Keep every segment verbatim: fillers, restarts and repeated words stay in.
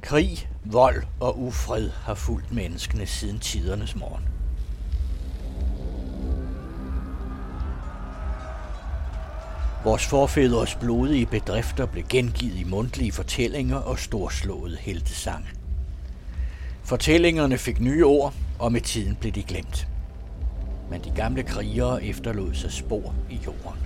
Krig, vold og ufred har fulgt menneskene siden tidernes morgen. Vores forfædres blodige bedrifter blev gengivet i mundtlige fortællinger og storslåede heltesange. Fortællingerne fik nye ord, og med tiden blev de glemt. Men de gamle krigere efterlod sig spor i jorden.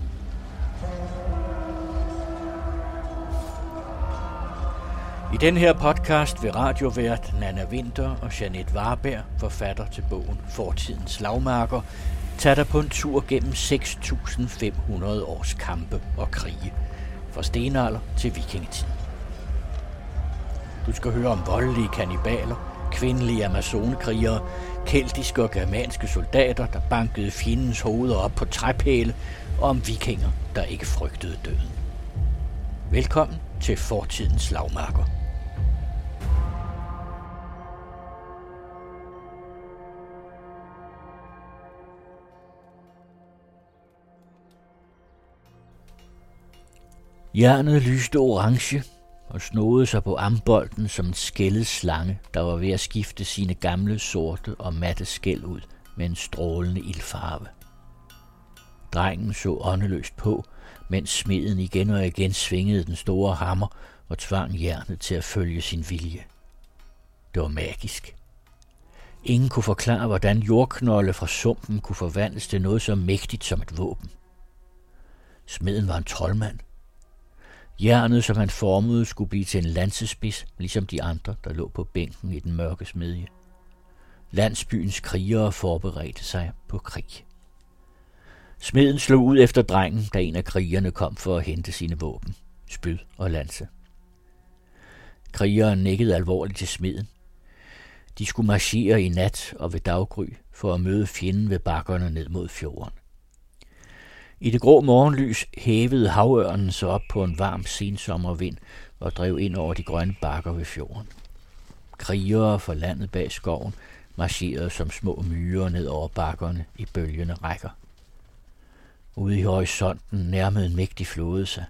I den her podcast vil radiovært Nanna Winther og Jeanette Varberg, forfatter til bogen Fortidens Slagmarker, tage dig på en tur gennem seks tusind fem hundrede års kampe og krige, fra stenalder til vikingetid. Du skal høre om voldelige kannibaler, kvindelige amazonekrigere, keltiske og germanske soldater, der bankede fjendens hoveder op på træpæle, og om vikinger, der ikke frygtede døden. Velkommen til Fortidens Slagmarker. Jernet lyste orange og snodede sig på ambolten som en skældet slange, der var ved at skifte sine gamle sorte og matte skæl ud med en strålende ildfarve. Drengen så åndeløst på, mens smeden igen og igen svingede den store hammer og tvang jernet til at følge sin vilje. Det var magisk. Ingen kunne forklare, hvordan jordknolde fra sumpen kunne forvandles til noget så mægtigt som et våben. Smeden var en troldmand. Jernet, som han formede, skulle blive til en lansespids, ligesom de andre, der lå på bænken i den mørke smedje. Landsbyens krigere forberedte sig på krig. Smeden slog ud efter drengen, da en af krigerne kom for at hente sine våben, spyd og lanse. Krigeren nikkede alvorligt til smeden. De skulle marchere i nat og ved daggry for at møde fjenden ved bakkerne ned mod fjorden. I det grå morgenlys hævede havørnen sig op på en varm sensommervind og drev ind over de grønne bakker ved fjorden. Krigere fra landet bag skoven marcherede som små myrer ned over bakkerne i bølgende rækker. Ude i horisonten nærmede en mægtig flåde sig.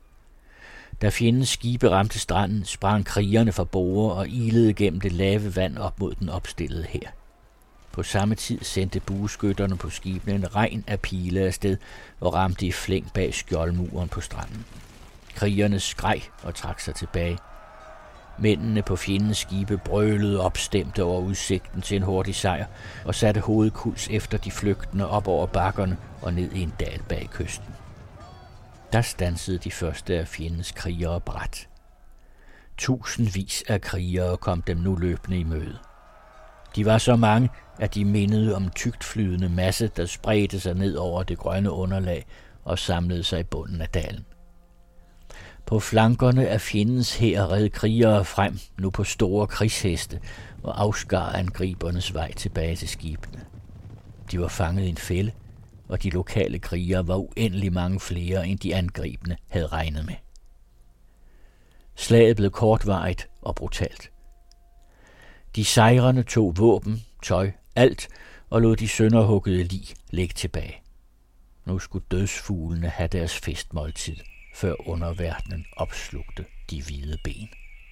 Da fjendens skibe ramte stranden, sprang krigerne fra borde og ilede gennem det lave vand op mod den opstillede hær. På samme tid sendte bueskytterne på skibene en regn af pile afsted og ramte i flæng bag skjoldmuren på stranden. Krigerne skreg og trak sig tilbage. Mændene på fjendens skibe brølede opstemte over udsigten til en hurtig sejr og satte hovedkuls efter de flygtende op over bakkerne og ned i en dal bag kysten. Der stansede de første af fjendens krigere brat. Tusindvis af krigere kom dem nu løbende i møde. De var så mange, at de mindede om en tykt flydende masse, der spredte sig ned over det grønne underlag og samlede sig i bunden af dalen. På flankerne af fjendens hær red krigere frem, nu på store krigsheste, og afskar angribernes vej tilbage til skibene. De var fanget i en fælde, og de lokale krigere var uendelig mange flere, end de angribende havde regnet med. Slaget blev kortvarigt og brutalt. De sejrende tog våben, tøj, alt, og lod de sønderhuggede lig ligge tilbage. Nu skulle dødsfuglene have deres festmåltid, før underverdenen opslugte de hvide ben.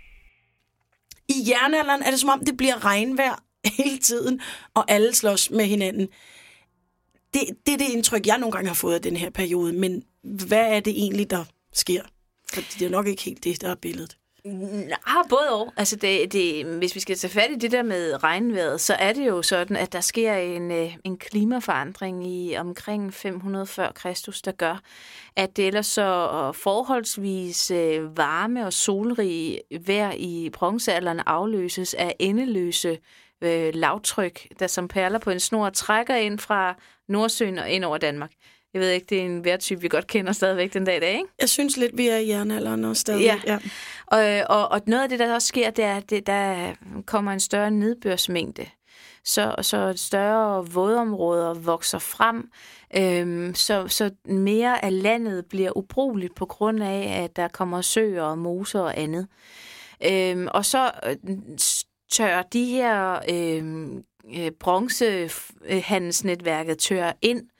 I jernalderen er det som om, det bliver regnvejr hele tiden, og alle slås med hinanden. Det, det er det indtryk, jeg nogle gange har fået af den her periode, men hvad er det egentlig, der sker? For det er nok ikke helt det, der er billedet. Nej, både og. Altså det, det, hvis vi skal tage fat i det der med regnvejret, så er det jo sådan, at der sker en, en klimaforandring i omkring fem hundrede før Kristus, der gør, at det ellers så forholdsvis varme og solrige vejr i bronzealderen afløses af endeløse øh, lavtryk, der som perler på en snor trækker ind fra Nordsøen og ind over Danmark. Jeg ved ikke, det er en vejrtype, vi godt kender stadigvæk den dag i dag, ikke? Jeg synes lidt, vi er i jernalderen og stadig. Ja, ja. Og, og, og noget af det, der også sker, det er, at det, der kommer en større nedbørsmængde. Så, så større vådområder vokser frem, øhm, så, så mere af landet bliver ubrugeligt på grund af, at der kommer søer og moser og andet. Øhm, og så tør de her øhm, bronzehandelsnetværket tør ind,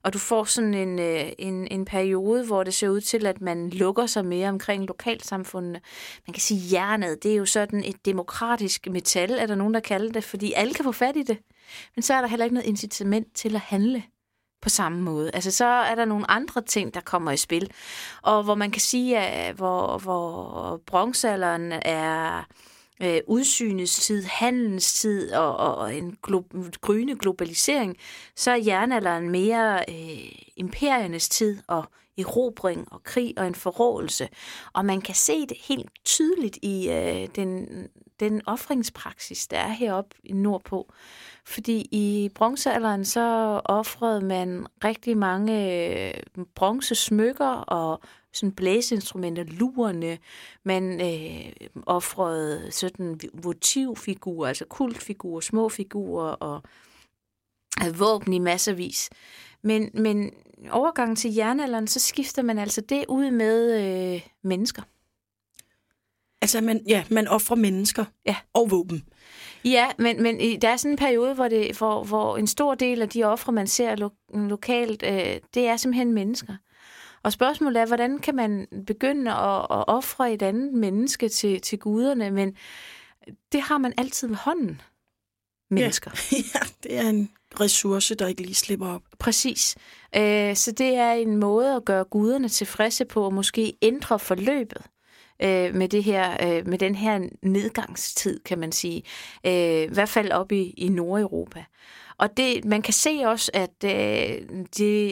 Og du får sådan en, en, en periode, hvor det ser ud til, at man lukker sig mere omkring lokalsamfundene. Man kan sige, at jernet, det er jo sådan et demokratisk metal, er der nogen, der kalder det, fordi alle kan få fat i det. Men så er der heller ikke noget incitament til at handle på samme måde. Altså så er der nogle andre ting, der kommer i spil. Og hvor man kan sige, at hvor, hvor bronzealderen er øh, udsynets tid, handelens tid og, og en glo- gryende globalisering, så er jernalderen mere øh, imperiernes tid og erobring og krig og en forrådelse. Og man kan se det helt tydeligt i øh, den, den ofringspraksis, der er heroppe i nordpå. Fordi i bronzealderen så offrede man rigtig mange bronzesmykker og sådan blæseinstrumenter, lurerne. Man øh, offrede sådan votivfigurer, altså kultfigurer, små figurer og våben i masservis. Men, men overgangen til jernalderen, så skifter man altså det ud med øh, mennesker. Altså, man, ja, man offrer mennesker ja. og våben. Ja, men, men der er sådan en periode, hvor, det, hvor, hvor en stor del af de ofre, man ser lo- lokalt, øh, det er simpelthen mennesker. Og spørgsmålet er, hvordan kan man begynde at, at ofre et andet menneske til, til guderne, men det har man altid ved hånden. Mennesker. Ja, ja, det er en ressource, der ikke lige slipper op. Præcis. Øh, så det er en måde at gøre guderne tilfredse på, og måske ændre forløbet med det her, med den her nedgangstid, kan man sige. I hvert fald op i, i Nordeuropa. Og det, man kan se også, at det,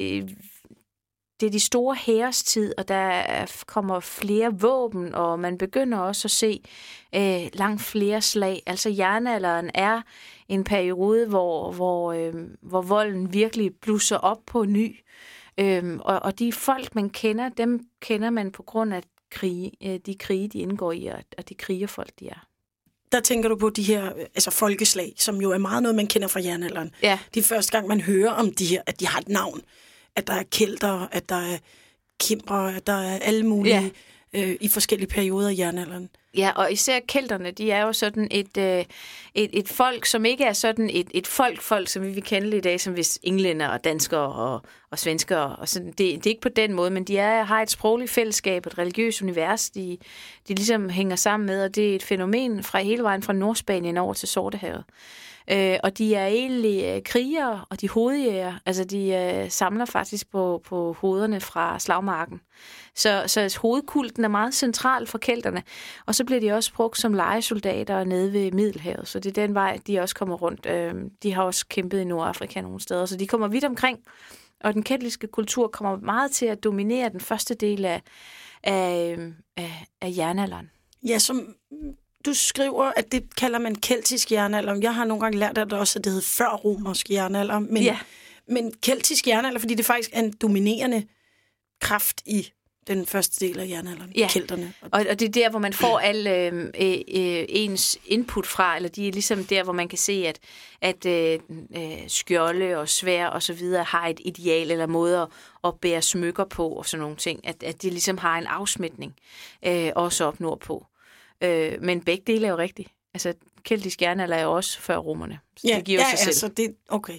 det er de store hæres tid, og der kommer flere våben, og man begynder også at se øh, langt flere slag. Altså jernalderen er en periode, hvor, hvor, øh, hvor volden virkelig blusser op på ny. Øh, og, og de folk, man kender, dem kender man på grund af krige, de krige, de indgår i, og de krigerfolk, de er. Der tænker du på de her altså folkeslag, som jo er meget noget, man kender fra jernalderen. Ja. Det er første gang, man hører om de her, at de har et navn. At der er kelter, at der er kimbre, at der er alle mulige ja. øh, i forskellige perioder af jernalderen. Ja, og især kelterne, de er jo sådan et, øh, et, et folk, som ikke er sådan et, et folk-folk, som vi vil kende det i dag, som hvis englænder og danskere og, og svenskere. Og sådan. Det, det er ikke på den måde, men de er, har et sprogligt fællesskab, et religiøst univers, de, de ligesom hænger sammen med, og det er et fænomen fra hele vejen fra Nordspanien over til Sortehavet. Øh, og de er egentlig øh, krigere, og de hovedjæger, altså de øh, samler faktisk på, på hovederne fra slagmarken. Så, så hovedkulten er meget central for kelterne, og så bliver de også brugt som lejesoldater nede ved Middelhavet, så det er den vej, de også kommer rundt. Øh, de har også kæmpet i Nordafrika nogle steder, så de kommer vidt omkring, og den keltiske kultur kommer meget til at dominere den første del af, af, af, af jernalderen. Ja, som du skriver, at det kalder man keltisk jernalder. Jeg har nogle gange lært, at det også at det hed før romersk jernalder. Men, ja. men keltisk jernalder, fordi det faktisk er en dominerende kraft i den første del af jernalderen, ja. kelterne. Og, og det er der, hvor man får al øh, øh, ens input fra, eller de er ligesom der, hvor man kan se, at, at øh, skjolde og svær og så videre har et ideal eller måde at, at bære smykker på og sådan nogle ting. At, at de ligesom har en afsmitning øh, også op nordpå. Øh, men begge dele er jo rigtigt. Altså, keltisk jernalder er jo også før romerne. Så ja, det giver ja, sig selv. Altså, det, okay.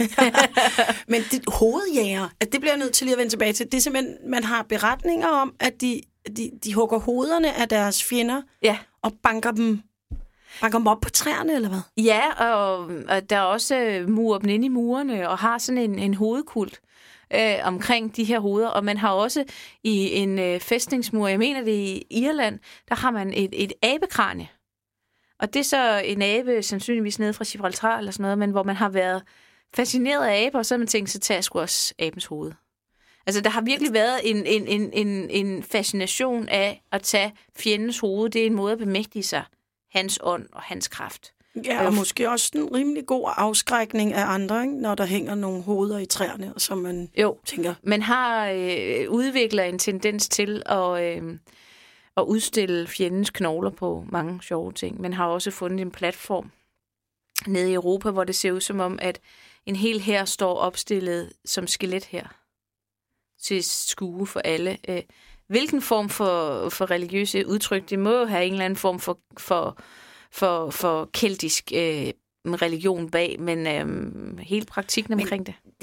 Men det, hovedjæger, at det bliver jeg nødt til lige at vende tilbage til. Det er simpelthen, man har beretninger om, at de, de, de hugger hovederne af deres fjender ja. og banker dem, banker dem op på træerne, eller hvad? Ja, og, og der er også murer dem inde i murene og har sådan en, en hovedkult øh, omkring de her hoveder. Og man har også i en øh, fæstningsmur, jeg mener det i Irland, der har man et, et abekranie. Og det er så en abe, sandsynligvis nede fra Gibraltar eller sådan noget, men hvor man har været fascineret af aber, og så har man tænkt, så tager jeg sgu også abens hoved. Altså, der har virkelig været en, en, en, en, en fascination af at tage fjendens hoved. Det er en måde at bemægtige sig hans ånd og hans kraft. Ja, og øh, måske også en rimelig god afskrækning af andre, ikke? Når der hænger nogle hoveder i træerne, og så man jo, tænker... man har øh, udviklet en tendens til at... Øh, og udstille fjendens knogler på mange sjove ting. Man har også fundet en platform nede i Europa, hvor det ser ud som om, at en hel hær står opstillet som skelet her til skue for alle. Hvilken form for, for religiøse udtryk, det må jo have en eller anden form for, for, for, for keltisk øh, religion bag, men øh, hele praktikken omkring men det.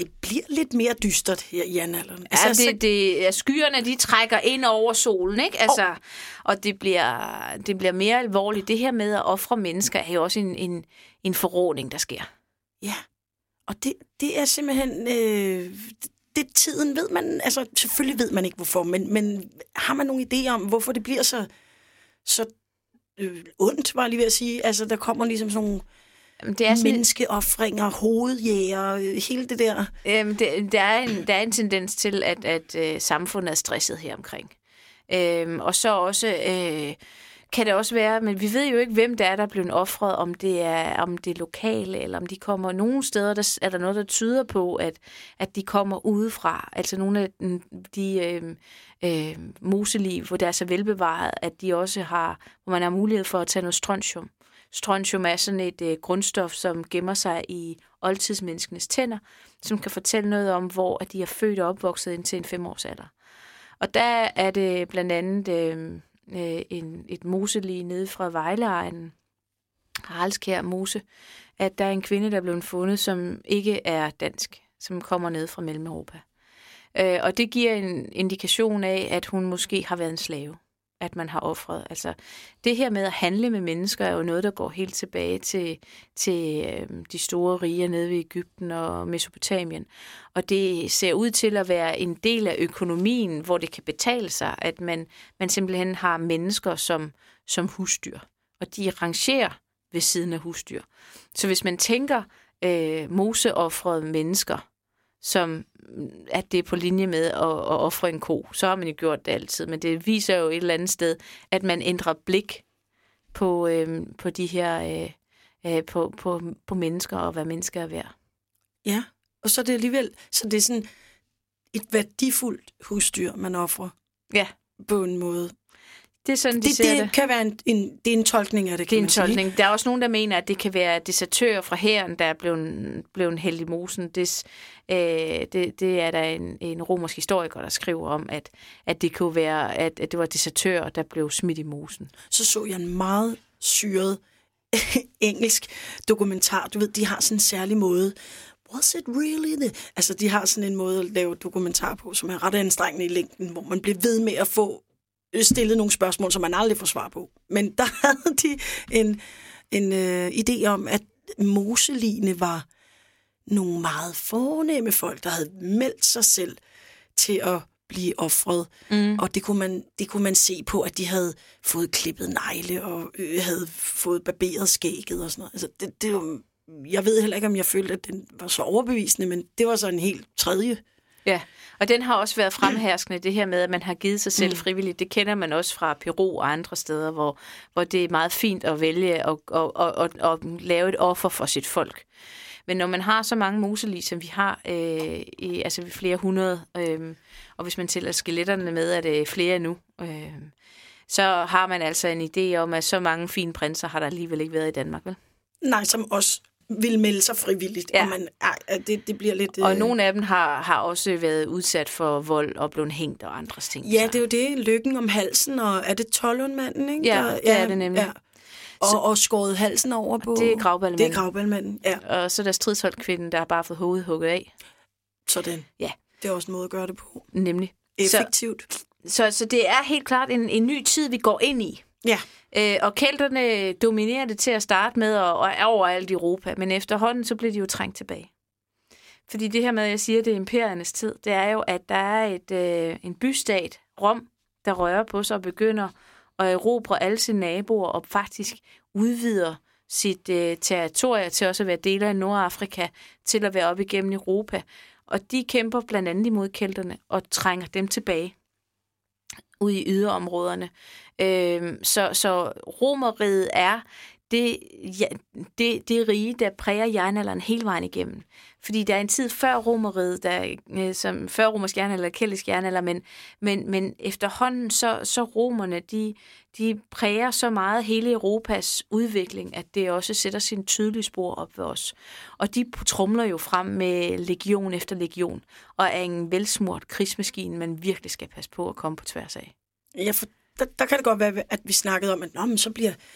det bliver lidt mere dystert her i jernalderen. Ja, altså, det, det, skyerne, de trækker ind over solen, ikke? Altså, oh. Og det bliver, det bliver mere alvorligt. Det her med at ofre mennesker er jo også en, en, en forrådning, der sker. Ja, og det, det er simpelthen... Øh, det tiden ved man... Altså, selvfølgelig ved man ikke, hvorfor, men, men har man nogle idéer om, hvorfor det bliver så, så øh, ondt, var jeg lige ved at sige? Altså, der kommer ligesom sådan nogle... Det er sådan, menneskeoffringer, hovedjæger, hele det der. Øhm, det, der, er en, der er en tendens til, at, at øh, samfundet er stresset her omkring. Øhm, og så også øh, kan det også være, men vi ved jo ikke, hvem det er, der er blevet offret, om det er om det er lokale, eller om de kommer nogle steder, der er der noget, der tyder på, at, at de kommer udefra. Altså nogle af de øh, øh, moseliv, hvor det er så velbevaret, at de også har, hvor man har mulighed for at tage noget strontium. Strontium er sådan et øh, grundstof, som gemmer sig i oldtidsmenneskenes tænder, som kan fortælle noget om, hvor at de er født og opvokset indtil en fem års alder. Og der er det blandt andet øh, en, et moselig nede fra Vejleegnen, Haraldskær Mose, at der er en kvinde, der er blevet fundet, som ikke er dansk, som kommer ned fra Mellem-Europa. Øh, og det giver en indikation af, at hun måske har været en slave, at man har offret. Altså, det her med at handle med mennesker er jo noget, der går helt tilbage til, til øh, de store riger nede ved Egypten og Mesopotamien. Og det ser ud til at være en del af økonomien, hvor det kan betale sig, at man, man simpelthen har mennesker som, som husdyr. Og de rangerer ved siden af husdyr. Så hvis man tænker øh, moseoffrede mennesker, som at det er på linje med at, at ofre en ko, så har man jo gjort det altid. Men det viser jo et eller andet sted, at man ændrer blik på, øh, på de her øh, på, på, på mennesker og hvad mennesker er værd. Ja, og så er det alligevel, så det er sådan et værdifuldt husdyr, man offrer. Ja. På en måde. Det er sådan, de det, ser det. det. Kan være en, en, det er en tolkning af det, kan det er en man tolkning. sige. Der er også nogen, der mener, at det kan være desertører fra hæren, der er blevet, blevet hældt i mosen. Det, øh, det, det er der en, en romersk historiker, der skriver om, at, at det kunne være, at, at det var desertører, der blev smidt i mosen. Så så jeg en meget syret engelsk dokumentar. Du ved, de har sådan en særlig måde. Was it really the... Altså, de har sådan en måde at lave dokumentar på, som er ret anstrengende i længden, hvor man bliver ved med at få stillet nogle spørgsmål, som man aldrig får svar på. Men der havde de en, en øh, idé om, at moseligene var nogle meget fornemme folk, der havde meldt sig selv til at blive offret. Mm. Og det kunne, man, det kunne man se på, at de havde fået klippet negle og øh, havde fået barberet skægget og sådan noget. Altså, det, det var, jeg ved heller ikke, om jeg følte, at den var så overbevisende, men det var så en helt tredje. Ja, og den har også været fremherskende, det her med, at man har givet sig selv frivilligt. Det kender man også fra Peru og andre steder, hvor, hvor det er meget fint at vælge at, at, at, at, at lave et offer for sit folk. Men når man har så mange moselig, som vi har, øh, i, altså flere hundrede, øh, og hvis man tæller skeletterne med, er det flere nu, øh, så har man altså en idé om, at så mange fine prinser har der alligevel ikke været i Danmark, vel? Nej, som også vil melde sig frivilligt. Ja. Og man, ja, det, det bliver lidt... Og øh... nogle af dem har, har også været udsat for vold og blevet hængt og andre ting. Ja, det er jo det. Lykken om halsen, og er det Tollundmanden, ikke? Ja, der, det er det nemlig. Ja. Og, så, og skåret halsen over på... Det er Grauballemanden. Det er Grauballemanden, ja. Og så er der stridsholdkvinden, der har bare fået hovedet hugget af. Sådan. Ja. Det er også en måde at gøre det på. Nemlig. Effektivt. Så, så, så det er helt klart en, en ny tid, vi går ind i. Ja. Øh, og kelterne dominerer det til at starte med, og, og er overalt i Europa. Men efterhånden, så bliver de jo trængt tilbage. Fordi det her med, at jeg siger, at det er imperiernes tid, det er jo, at der er et, øh, en bystat, Rom, der rører på sig og begynder at erobre alle sine naboer og faktisk udvider sit øh, territorium til også at være dele af Nordafrika, til at være op igennem Europa. Og de kæmper blandt andet imod kelterne og trænger dem tilbage ud i yderområderne. Øh, så, så Romerriget er det, ja, det, det rige, der præger jernalderen hele vejen igennem. Fordi der er en tid før Romerriget, der, øh, som før romersk jernalder, keltisk jernalder, men, men, men efterhånden så, så romerne, de, de præger så meget hele Europas udvikling, at det også sætter sin tydelige spor op ved os. Og de tromler jo frem med legion efter legion, og er en velsmurt krigsmaskine, man virkelig skal passe på at komme på tværs af. Ja, for der, der kan det godt være, at vi snakkede om, at nå, men så bliver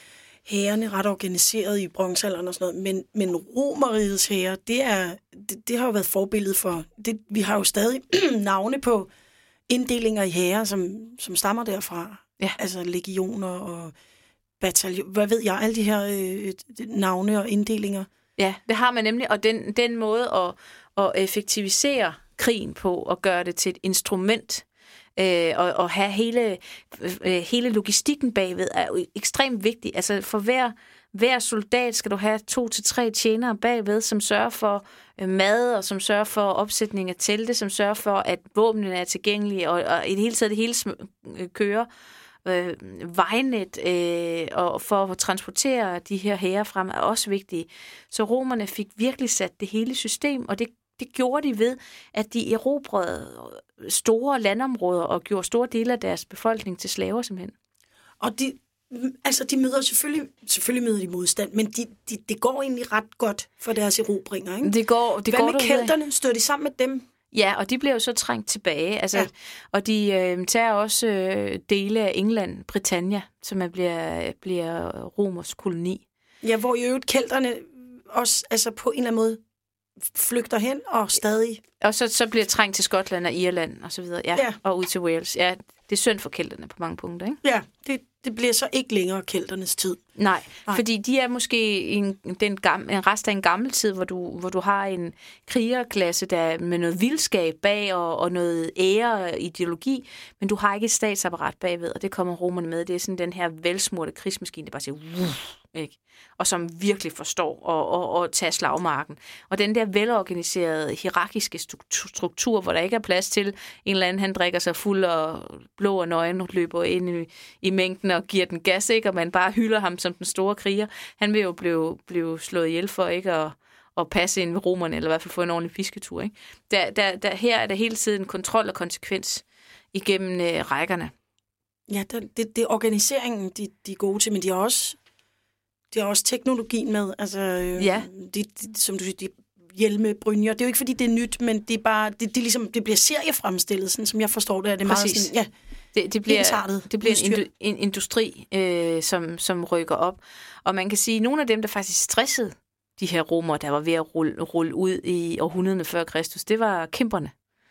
hærene ret organiseret i bronzealderen og sådan noget, men, men Romerrigets hære, det, er, det, det har jo været forbilledet for, det, vi har jo stadig navne på inddelinger i hære, som, som stammer derfra. Ja. Altså legioner og bataljoner, hvad ved jeg, alle de her øh, navne og inddelinger. Ja, det har man nemlig, og den, den måde at, at effektivisere krigen på og gøre det til et instrument, øh, og, og have hele, øh, hele logistikken bagved, er jo ekstremt vigtigt. Altså for hver, hver soldat skal du have to til tre tjenere bagved, som sørger for øh, mad, og som sørger for opsætning af telte, som sørger for, at våbnene er tilgængelige, og, og i det hele taget det hele sm- kører. Øh, vejnet øh, og for at transportere de her hære frem er også vigtige. Så romerne fik virkelig sat det hele system, og det, det gjorde de ved, at de erobrede store landområder og gjorde store dele af deres befolkning til slaver simpelthen. Og de, altså de møder selvfølgelig, selvfølgelig møder de modstand, men de, de, det går egentlig ret godt for deres erobringer, ikke? Det går, det Hvad går med kelterne? Stod de sammen med dem? Ja, og de bliver jo så trængt tilbage. Altså, ja. Og de øh, tager også øh, dele af England, Britannia, som er, bliver, bliver Romers koloni. Ja, hvor i øvrigt kelterne også altså på en eller anden måde flygter hen og stadig... Og så, så bliver trængt til Skotland og Irland og så videre, ja, ja. Og ud til Wales. Ja, det er synd for kelterne på mange punkter, ikke? Ja, det, det bliver så ikke længere kelternes tid. Nej, Nej. Fordi de er måske en, den gamle, en rest af en gammel tid, hvor du, hvor du har en krigerklasse, der med noget vildskab bag og, og noget ære og ideologi, men du har ikke et statsapparat bagved, og det kommer romerne med. Det er sådan den her velsmurte krigsmaskine, der bare siger, Wuff! Ikke? Og som virkelig forstår at, at, at tage slagmarken. Og den der velorganiserede, hierarkiske struktur, hvor der ikke er plads til en eller anden, han drikker sig fuld og blå og nøgen og løber ind i, i mængden og giver den gas, ikke? Og man bare hylder ham som den store kriger. Han vil jo blive, blive slået ihjel for ikke at, at passe ind ved romerne, eller i hvert fald få en ordentlig fisketur. Ikke? Der, der, der, her er der hele tiden kontrol og konsekvens igennem øh, rækkerne. Ja, det, det, det er organiseringen, de, de er gode til, men de har også... Det er også teknologien med, altså, øh, ja. de, de, som du siger, de hjelme, brynjer. Det er jo ikke, fordi det er nyt, men det er bare, det, det, er ligesom, det bliver seriefremstillet, sådan, som jeg forstår det. Er det Præcis. Meget sådan, ja, det, det bliver, det bliver en, indu, en industri, øh, som, som rykker op. Og man kan sige, at nogle af dem, der faktisk stressede de her romer, der var ved at rulle, rulle ud i århundrederne før Kristus, det var kæmperne.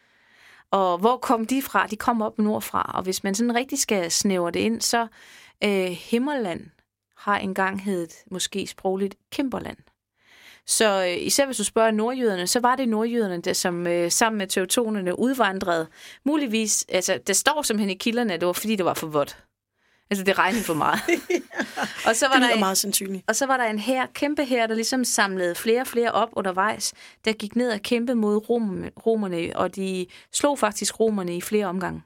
Og hvor kom de fra? De kom op nordfra. Og hvis man sådan rigtig skal snævre det ind, så øh, Himmerland har engang heddet måske sprogligt Kimberland. Så øh, især hvis du spørger nordjyderne, så var det nordjyderne, der som øh, sammen med teutonerne udvandrede. Muligvis, altså der står simpelthen i kilderne, at det var fordi det var for vådt. Altså det regnede for meget. Og så var det lyder der en, meget sandsynligt. Og så var der en her, kæmpe her, der ligesom samlede flere og flere op undervejs, der gik ned og kæmpede mod rom, romerne, og de slog faktisk romerne i flere omgange,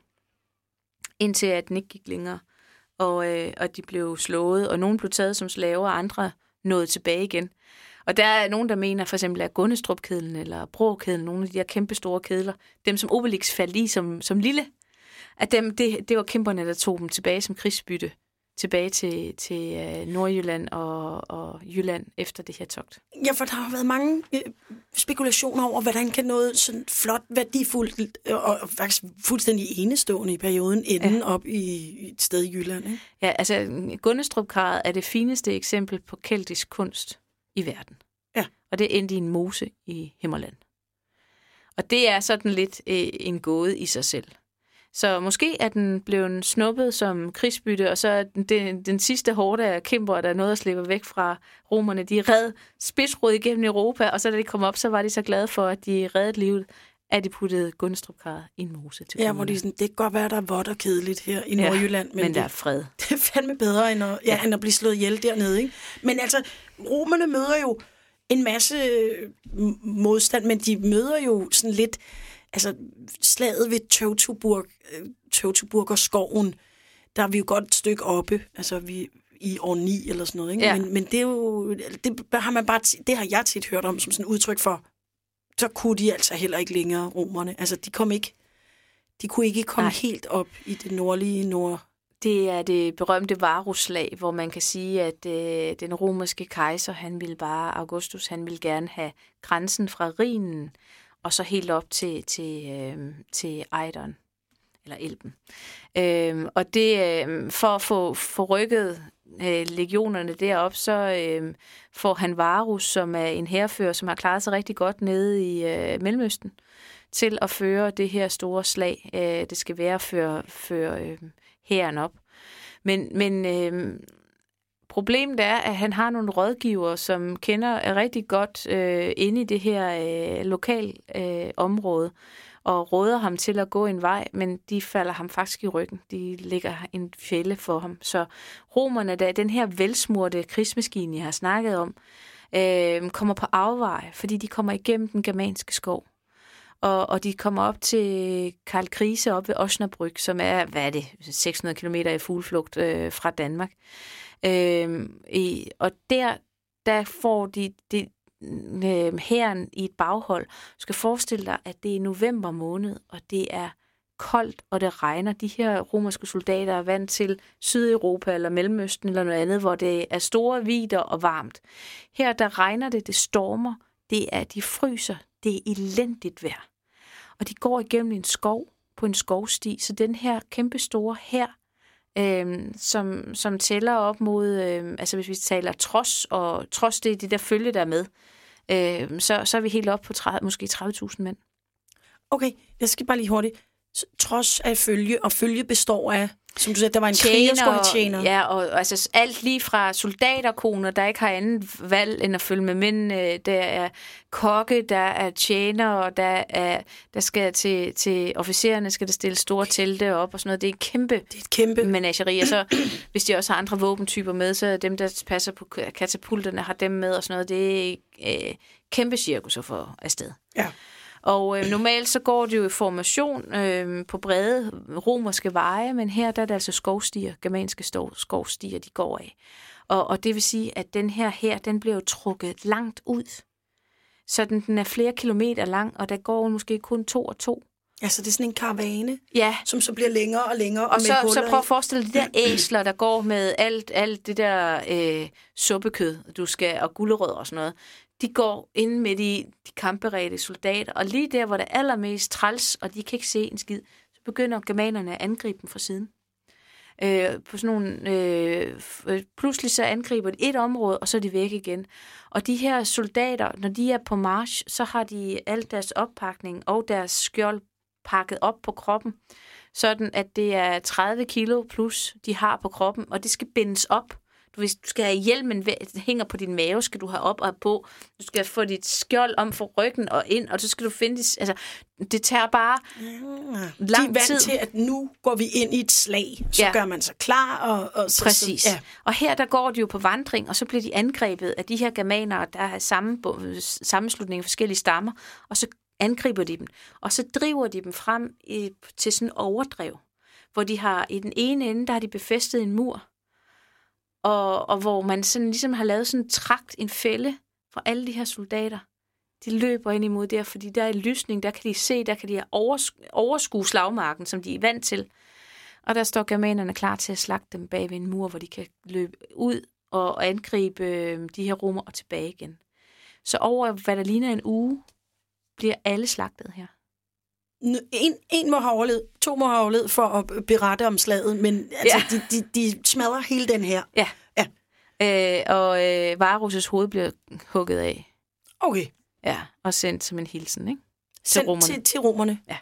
indtil at den ikke gik længere. Og, øh, og de blev slået, og nogen blev taget som slaver, og andre nåede tilbage igen. Og der er nogen, der mener for eksempel, at Gunnestrup-kedlen eller Brå-kedlen, nogle af de her kæmpe store kedler, dem som Obelix faldt i som, som lille, at dem, det, det var kæmperne, der tog dem tilbage som krigsbytte, tilbage til, til øh, Nordjylland og, og Jylland efter det her togt. Ja, for der har været mange øh, spekulationer over, hvordan kan noget sådan flot, værdifuldt og, og faktisk fuldstændig enestående i perioden ende ja. op i, i et sted i Jylland. Ikke? Ja, altså Gunnestrup-karret er det fineste eksempel på keltisk kunst i verden. Ja. Og det endte i en mose i Himmerland. Og det er sådan lidt øh, en gåde i sig selv. Så måske er den blevet snuppet som krigsbytte, og så er den, den sidste horde af kæmper, der nåede at slippe væk fra romerne, de red spidsrod igennem Europa, og så da de kom op, så var de så glade for, at de reddede livet, at de puttede Gunnestrup-karret i en mose til Ja, hvor de sådan, det kan godt være, der er vådt og kedeligt her i Nordjylland, ja, men, men der er fred. Det er fandme bedre, end at, ja, ja. end at blive slået ihjel dernede. Ikke? Men altså, romerne møder jo en masse modstand, men de møder jo sådan lidt... Altså, slaget ved Teutoburg, Teutoburger skoven, der er vi jo godt et stykke oppe, altså vi i år ni eller sådan noget, ikke? Ja. Men, men det er jo, det har man bare, det har jeg tit hørt om som sådan et udtryk for, så kunne de altså heller ikke længere, romerne. Altså, de kom ikke, de kunne ikke komme Nej. helt op i det nordlige nord. Det er det berømte Varusslag, hvor man kan sige, at øh, den romerske kejser, han ville bare, Augustus, han ville gerne have grænsen fra Rhinen, og så helt op til, til, øh, til Ejderen, eller Elben. Øh, og det, øh, for at få, få rykket øh, legionerne derop, så øh, får han Varus, som er en hærfører, som har klaret sig rigtig godt nede i øh, Mellemøsten, til at føre det her store slag. Øh, det skal være at føre, føre øh, hæren op. Men, men øh, problemet er, at han har nogle rådgivere, som kender rigtig godt øh, inde i det her øh, lokal øh, område, og råder ham til at gå en vej, men de falder ham faktisk i ryggen. De lægger en fælde for ham. Så romerne, der den her velsmurte krigsmaskine, jeg har snakket om, øh, kommer på afveje, fordi de kommer igennem den germanske skov. Og, og de kommer op til Karl Krise op ved Osnabrück, som er, hvad er det, seks hundrede kilometer i fugleflugt øh, fra Danmark. Øh, i, og der, der får de, de øh, hæren i et baghold. Du skal forestille dig, at det er november måned, og det er koldt, og det regner. De her romerske soldater er vant til Sydeuropa eller Mellemøsten eller noget andet, hvor det er store vidder og varmt. Her der regner det, det stormer, det er, de fryser, det er elendigt vejr. Og de går igennem en skov på en skovsti, så den her kæmpe store hær, øh, som, som tæller op mod, øh, altså hvis vi taler trods, og trods det er det der følge der med, øh, så, så er vi helt op på tredive, måske tredive tusind mænd. Okay, jeg skal bare lige hurtigt. Trods af følge, og følge består af, som du sagde, der var en kriger, skulle have tjener. Ja, og altså alt lige fra soldaterkoner, der ikke har andet valg end at følge med mænd. Der er kokke, der er tjener, og der er der skal til, til officererne skal der stille store telte op og sådan noget. Det er et kæmpe, det er et kæmpe. menageri. Og så hvis de også har andre våbentyper med, så dem, der passer på katapulterne, har dem med og sådan noget. Det er øh, kæmpe cirkus at få afsted. Ja. Og øh, normalt så går det jo i formation øh, på brede romerske veje, men her der er det altså skovstier, germanske skovstier, de går af. Og, og det vil sige, at den her her, den bliver jo trukket langt ud. Så den, den er flere kilometer lang, og der går måske kun to og to. Altså det er sådan en karavane, ja. Som så bliver længere og længere. Og, og så, så prøv at forestille dig de der æsler, der går med alt, alt det der øh, suppekød, du skal, og gulerødder og sådan noget. De går ind midt i de kampberedte soldater, og lige der, hvor det er allermest træls, og de kan ikke se en skid, så begynder germanerne at angribe dem fra siden. Øh, på sådan nogle, øh, pludselig så angriber de et område, og så er de væk igen. Og de her soldater, når de er på march, så har de alt deres oppakning og deres skjold pakket op på kroppen, sådan at det er tredive kilo plus, de har på kroppen, og det skal bindes op. Hvis du skal have hjelmen, der hænger på din mave, skal du have op og på. Du skal få dit skjold om for ryggen og ind, og så skal du finde dit, altså, det tager bare ja. lang tid. De er vant tid. til, at nu går vi ind i et slag. Så ja. gør man sig klar. Og, og så, Præcis. Så, ja. Og her der går de jo på vandring, og så bliver de angrebet af de her germanere, der har samme, sammenslutning af forskellige stammer, og så angriber de dem. Og så driver de dem frem i, til sådan en overdrev, hvor de har i den ene ende, der har de befæstet en mur, Og, og hvor man sådan ligesom har lavet sådan en trakt, en fælde for alle de her soldater. De løber ind imod der, fordi der er en lysning, der kan de se, der kan de overskue slagmarken, som de er vant til. Og der står germanerne klar til at slagte dem bag ved en mur, hvor de kan løbe ud og angribe de her romer og tilbage igen. Så over hvad der ligner en uge, bliver alle slagtet her. En, en må have overlevet, to må have overlevet for at berette om slaget, men altså, ja. de, de, de smadrer hele den her. Ja. ja. Øh, og øh, Varus' hoved bliver hugget af. Okay. Ja, og sendt som en hilsen, ikke? Til sendt romerne. Til, til romerne. Ja.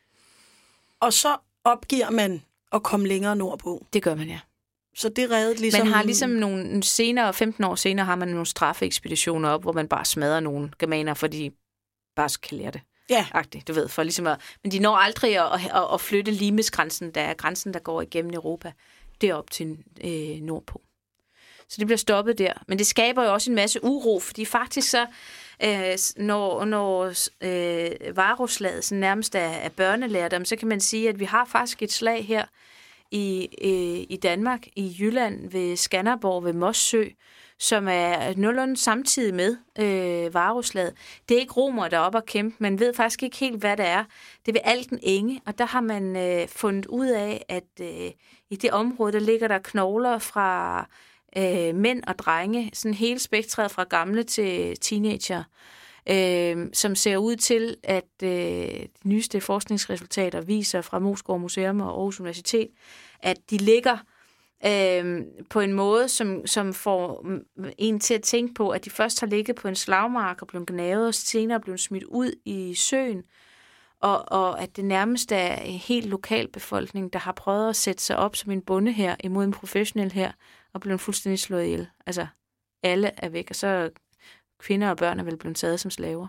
Og så opgiver man at komme længere nordpå. Det gør man, ja. Så det reddede ligesom... Man har ligesom nogle senere, femten år senere, har man nogle straffeekspeditioner op, hvor man bare smadrer nogle germaner, for de bare kan lære det. Ja. Agtigt, du ved, for ligesom at, men de når aldrig at, at, at flytte Limes-grænsen, der er grænsen, der går igennem Europa, derop til øh, nordpå. Så det bliver stoppet der. Men det skaber jo også en masse uro, fordi faktisk så, øh, når, når øh, Varus-slaget nærmest er, er børnelærdom, så kan man sige, at vi har faktisk et slag her i, øh, i Danmark, i Jylland, ved Skanderborg, ved Mossø, som er nogenlunde samtidig med øh, Varus-slaget. Det er ikke romer, der er oppe og kæmpe. Man ved faktisk ikke helt, hvad det er. Det er ved Alten Enge, og der har man øh, fundet ud af, at øh, i det område, der ligger der knogler fra øh, mænd og drenge, sådan hele spektret fra gamle til teenager, øh, som ser ud til, at øh, de nyeste forskningsresultater viser fra Moesgaard Museum og Aarhus Universitet, at de ligger øh, på en måde, som, som får en til at tænke på, at de først har ligget på en slagmark og blevet gnavet, og senere blevet smidt ud i søen, og, og at det nærmest er en helt lokalbefolkning, der har prøvet at sætte sig op som en bonde her imod en professionel her, og blevet fuldstændig slået ihjel. Altså, alle er væk, og så kvinder og børn er vel blevet taget som slaver.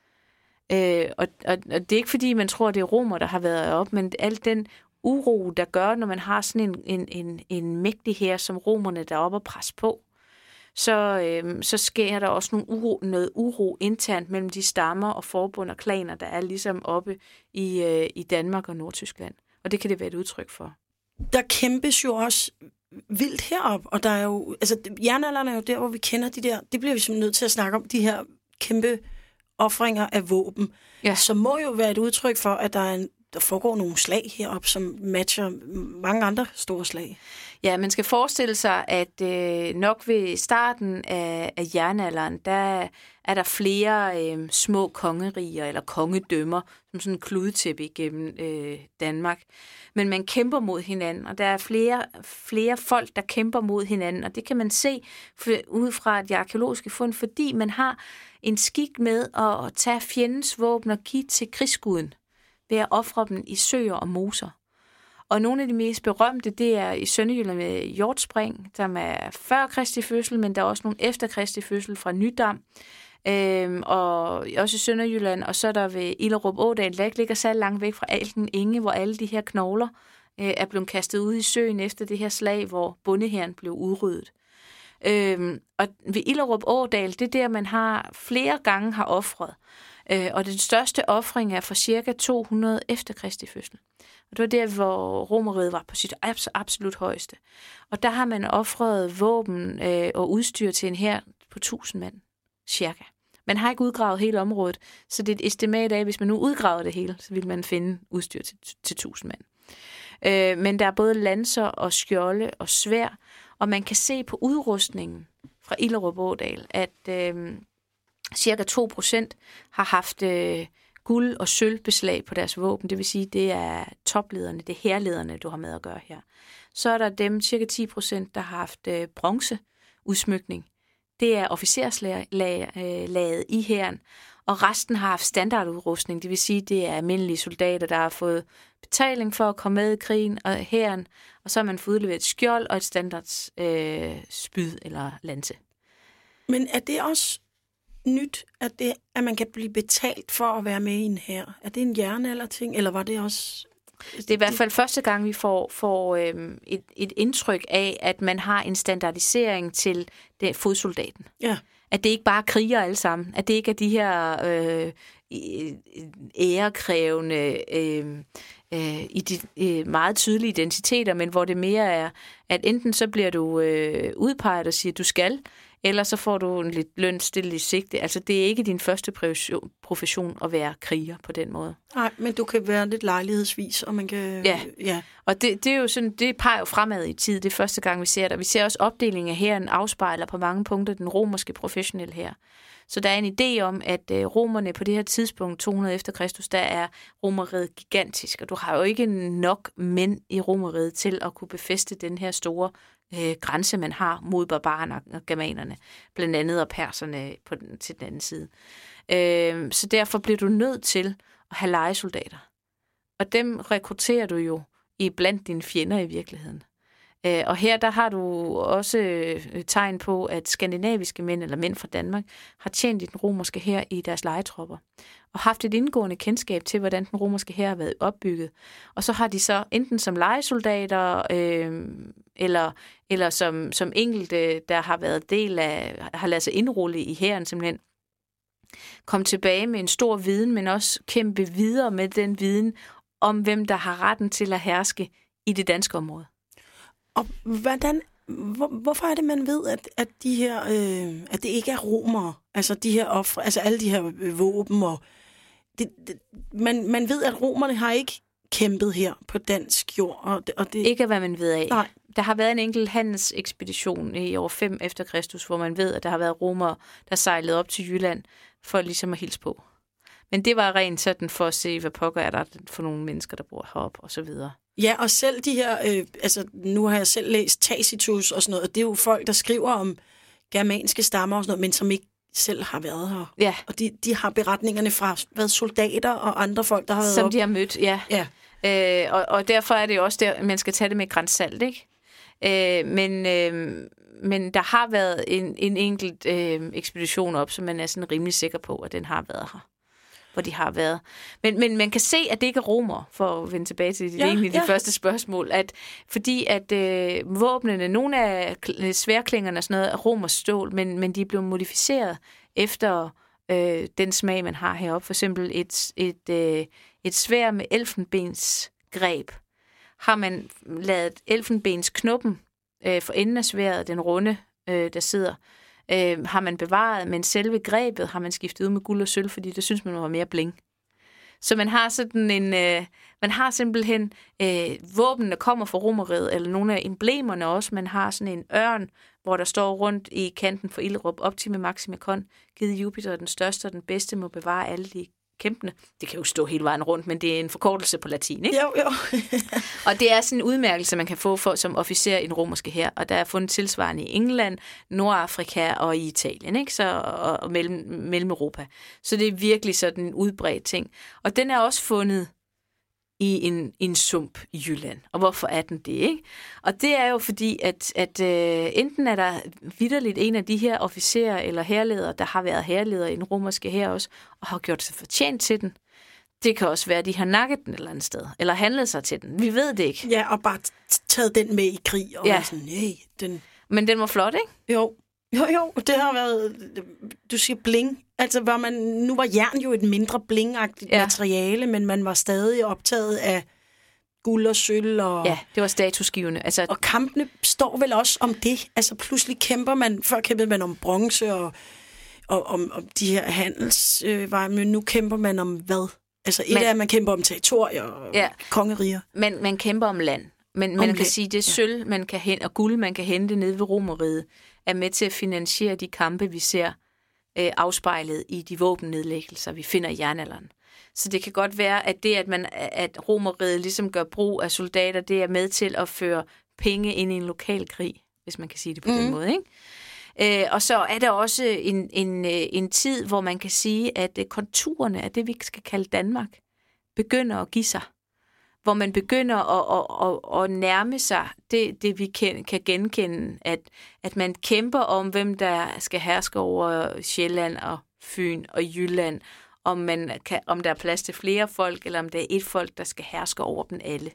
Øh, og, og, og det er ikke fordi, man tror, det er romer, der har været op, men al den uro, der gør, når man har sådan en, en, en, en mægtig her, som romerne der er oppe og presse på, så, øh, så sker der også nogle uro, noget uro internt mellem de stammer og forbund og klaner, der er ligesom oppe i, øh, i Danmark og Nordtyskland. Og det kan det være et udtryk for. Der kæmpes jo også vildt herop, og der er jo, altså jernalderen er jo der, hvor vi kender de der, det bliver vi simpelthen nødt til at snakke om, de her kæmpe offringer af våben, ja. Som må jo være et udtryk for, at der, er en, der foregår nogle slag herop, som matcher mange andre store slag. Ja, man skal forestille sig, at øh, nok ved starten af, af jernalderen, der er der flere øh, små kongeriger eller kongedømmer, som sådan en kludetæppe igennem øh, Danmark. Men man kæmper mod hinanden, og der er flere, flere folk, der kæmper mod hinanden, og det kan man se ud fra de arkeologiske fund, fordi man har en skik med at tage fjendens våben og give til krigsguden ved at ofre dem i søer og moser. Og nogle af de mest berømte, det er i Sønderjylland med Hjortspring, som er før Kristi fødsel, men der er også nogle efter Kristi fødsel fra Nydam, øhm, og også i Sønderjylland, og så er der ved Illerup Ådal, der ikke ligger så langt væk fra Alten Inge, hvor alle de her knogler øh, er blevet kastet ud i søen efter det her slag, hvor bondehæren blev udryddet. Øhm, og ved Illerup Ådal, det er der, man har flere gange har ofret. Øh, og den største ofring er fra cirka to hundrede efter Kristi fødsel. Og det var der, hvor Romerriget var på sit absolut højeste. Og der har man ofret våben øh, og udstyr til en hær på tusind mand, cirka. Man har ikke udgravet hele området, så det er et estimat af, hvis man nu udgraver det hele, så vil man finde udstyr til, til tusind mand. Øh, men der er både lanser og skjolde og svær, og man kan se på udrustningen fra Illerup Ådal, at øh, cirka to procent har haft øh, guld- og sølvbeslag på deres våben. Det vil sige, det er toplederne, det er hærlederne, du har med at gøre her. Så er der dem, cirka ti procent, der har haft øh, bronzeudsmykning. Det er officerslaget i hæren, og resten har haft standardudrustning. Det vil sige, det er almindelige soldater, der har fået betaling for at komme med i krigen og hæren, og så har man fået udleveret et skjold og et standards øh, spyd eller lanse. Men er det også nyt, at, det, at man kan blive betalt for at være med i en hær? Er det en jernalderting, eller var det også... Det er i hvert fald første gang, vi får, får øhm, et, et indtryk af, at man har en standardisering til det, fodsoldaten. Ja. At det ikke bare kriger alle sammen. At det ikke er de her øh, ærekrævende, øh, øh, i de, øh, meget tydelige identiteter, men hvor det mere er, at enten så bliver du øh, udpeget og siger, at du skal, eller så får du en lidt løn stillet i sigte. Altså, det er ikke din første profession at være kriger på den måde. Nej, men du kan være lidt lejlighedsvis, og man kan... Ja, ja. Og det, det er jo sådan, det peger jo fremad i tid. Det er første gang, vi ser det. Vi ser også opdelingen af hæren afspejler på mange punkter den romerske professionelle hær. Så der er en idé om, at øh, romerne på det her tidspunkt, to hundrede efter Kristus, der er Romerriget gigantisk, og du har jo ikke nok mænd i Romerriget til at kunne befæste den her store øh, grænse, man har mod barbarerne og germanerne, blandt andet og perserne på den, til den anden side. Øh, så derfor bliver du nødt til at have lejesoldater. Og dem rekrutterer du jo i blandt dine fjender i virkeligheden. Og her der har du også tegn på, at skandinaviske mænd eller mænd fra Danmark har tjent i den romerske hær i deres lejetropper og haft et indgående kendskab til, hvordan den romerske hær har været opbygget. Og så har de så enten som lejesoldater øh, eller, eller som, som enkelte, der har været del af, har ladet sig indrulle i hæren simpelthen, kom tilbage med en stor viden, men også kæmpe videre med den viden om, hvem der har retten til at herske i det danske område. Og hvordan, hvor, hvorfor er det, man ved, at, at, de her, øh, at det ikke er romere, altså de her ofre, altså alle de her våben, og det, det, man, man ved, at romerne har ikke kæmpet her på dansk jord. Og det, og det... Ikke hvad man ved af. Nej. Der har været en enkelt handelsekspedition i år fem efter Kristus, hvor man ved, at der har været romere, der sejlede op til Jylland for ligesom at hilse på. Men det var rent sådan for at se, hvad pokker er der for nogle mennesker, der bor heroppe og så videre. Ja, og selv de her, øh, altså nu har jeg selv læst Tacitus og sådan noget, og det er jo folk, der skriver om germanske stammer og sådan noget, men som ikke selv har været her. Ja. Og de, de har beretningerne fra hvad, soldater og andre folk, der har været Som op. de har mødt, ja. ja. Øh, og, og derfor er det jo også der, man skal tage det med grænsalt, ikke? Øh, men, øh, men der har været en, en enkelt øh, ekspedition op, som man er sådan rimelig sikker på, at den har været her. Hvor de har været. Men, men man kan se, at det ikke er romer, for at vende tilbage til det, ja, egentlig ja. det første spørgsmål, at fordi at øh, våbnene, nogle af sværklingerne og sådan noget, er romers stål, men, men de er blevet modificeret efter øh, den smag, man har heroppe. For eksempel et, et, øh, et sværd med elfenbensgreb. Har man lavet elfenbensknoppen øh, for enden af sværdet, den runde, øh, der sidder, Øh, har man bevaret, men selve grebet har man skiftet ud med guld og sølv, fordi det synes man var mere bling. Så man har sådan en, øh, man har simpelthen øh, våben, der kommer fra Romeriet, eller nogle af emblemerne også. Man har sådan en ørn, hvor der står rundt i kanten for ildråb, Optime Maxime Con, givet Jupiter den største og den bedste må bevare alle de kæmpene. Det kan jo stå hele vejen rundt, men det er en forkortelse på latin, ikke? Jo, jo. Og det er sådan en udmærkelse, man kan få for, som officer i den romerske hær, og der er fundet tilsvarende i England, Nordafrika og i Italien, ikke? Så, og, og mellem, mellem Europa. Så det er virkelig sådan en udbredt ting. Og den er også fundet i en, en sump i Jylland. Og hvorfor er den det, ikke? Og det er jo fordi, at, at øh, enten er der vitterligt en af de her officerer eller hærledere, der har været hærledere i den romerske hær også, og har gjort sig fortjent til den. Det kan også være, at de har nakket den et eller andet sted, eller handlet sig til den. Vi ved det ikke. Ja, og bare taget den med i krig, og ja. sådan, nej, den... Men den var flot, ikke? Jo. Jo, jo, det har været, du siger bling. Altså, var man, nu var jern jo et mindre blingagtigt ja. materiale, men man var stadig optaget af guld og sølv. Og, ja, det var statusgivende. Altså, og kampene står vel også om det. Altså, pludselig kæmper man, før kæmpede man om bronze og, og om, om de her handelsveje, øh, men nu kæmper man om hvad? Altså, et men, er, at man kæmper om territorier og ja. kongeriger. Men man kæmper om land. Men man okay. kan sige, det er sølv, ja. man kan hente, og guld, man kan hente nede ved Romeriet, er med til at finansiere de kampe, vi ser øh, afspejlet i de våbennedlæggelser, vi finder i jernalderen. Så det kan godt være, at det, at, man, at Romeriet ligesom gør brug af soldater, det er med til at føre penge ind i en lokal krig, hvis man kan sige det på mm. den måde, ikke? Øh, og så er der også en, en, en tid, hvor man kan sige, at konturerne af det, vi skal kalde Danmark, begynder at give sig. Hvor man begynder at, at, at, at nærme sig det, det vi kan, kan genkende, at, at man kæmper om, hvem der skal herske over Sjælland og Fyn og Jylland, om, man kan, om der er plads til flere folk, eller om der er et folk, der skal herske over dem alle.